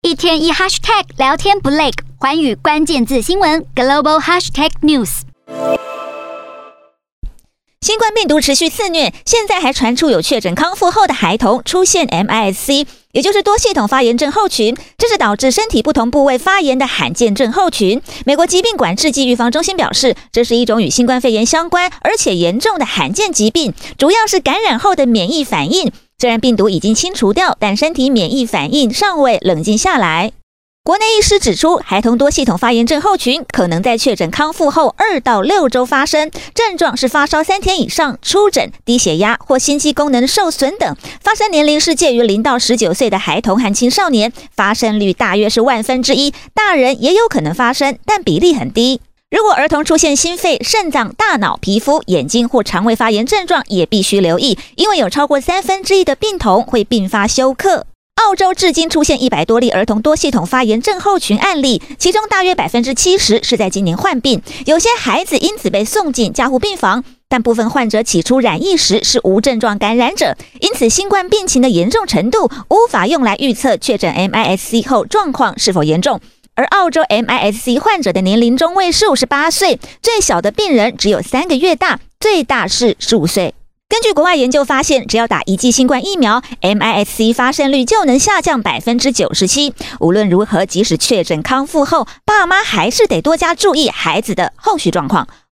一天一 hashtag 聊天不累，寰宇关键字新闻 global hashtag news。 新冠病毒持续肆虐，现在还传出有确诊康复后的孩童出现 MIS-C， 也就是多系统发炎症候群，这是导致身体不同部位发炎的罕见症候群。美国疾病管制及预防中心表示，这是一种与新冠肺炎相关而且严重的罕见疾病，主要是感染后的免疫反应。虽然病毒已经清除掉，但身体免疫反应尚未冷静下来。国内医师指出，孩童多系统发炎症候群可能在确诊康复后2到6周发生，症状是发烧3天以上、出疹、低血压或心肌功能受损等。发生年龄是介于0到19岁的孩童和青少年，发生率大约是1/1000，大人也有可能发生，但比例很低。如果儿童出现心肺、肾脏、大脑、皮肤、眼睛或肠胃发炎症状，也必须留意，因为有超过1/3的病童会并发休克。澳洲至今出现100多例儿童多系统发炎症候群案例，其中大约70%是在今年患病，有些孩子因此被送进加护病房，但部分患者起初染疫时是无症状感染者，因此新冠病情的严重程度无法用来预测确诊 MIS-C 后状况是否严重。而澳洲 MIS-C 患者的年龄中位数是8岁，最小的病人只有3个月大，最大是15岁。根据国外研究发现，只要打1剂新冠疫苗 ，MIS-C 发生率就能下降97%。无论如何，即使确诊康复后，爸妈还是得多加注意孩子的后续状况。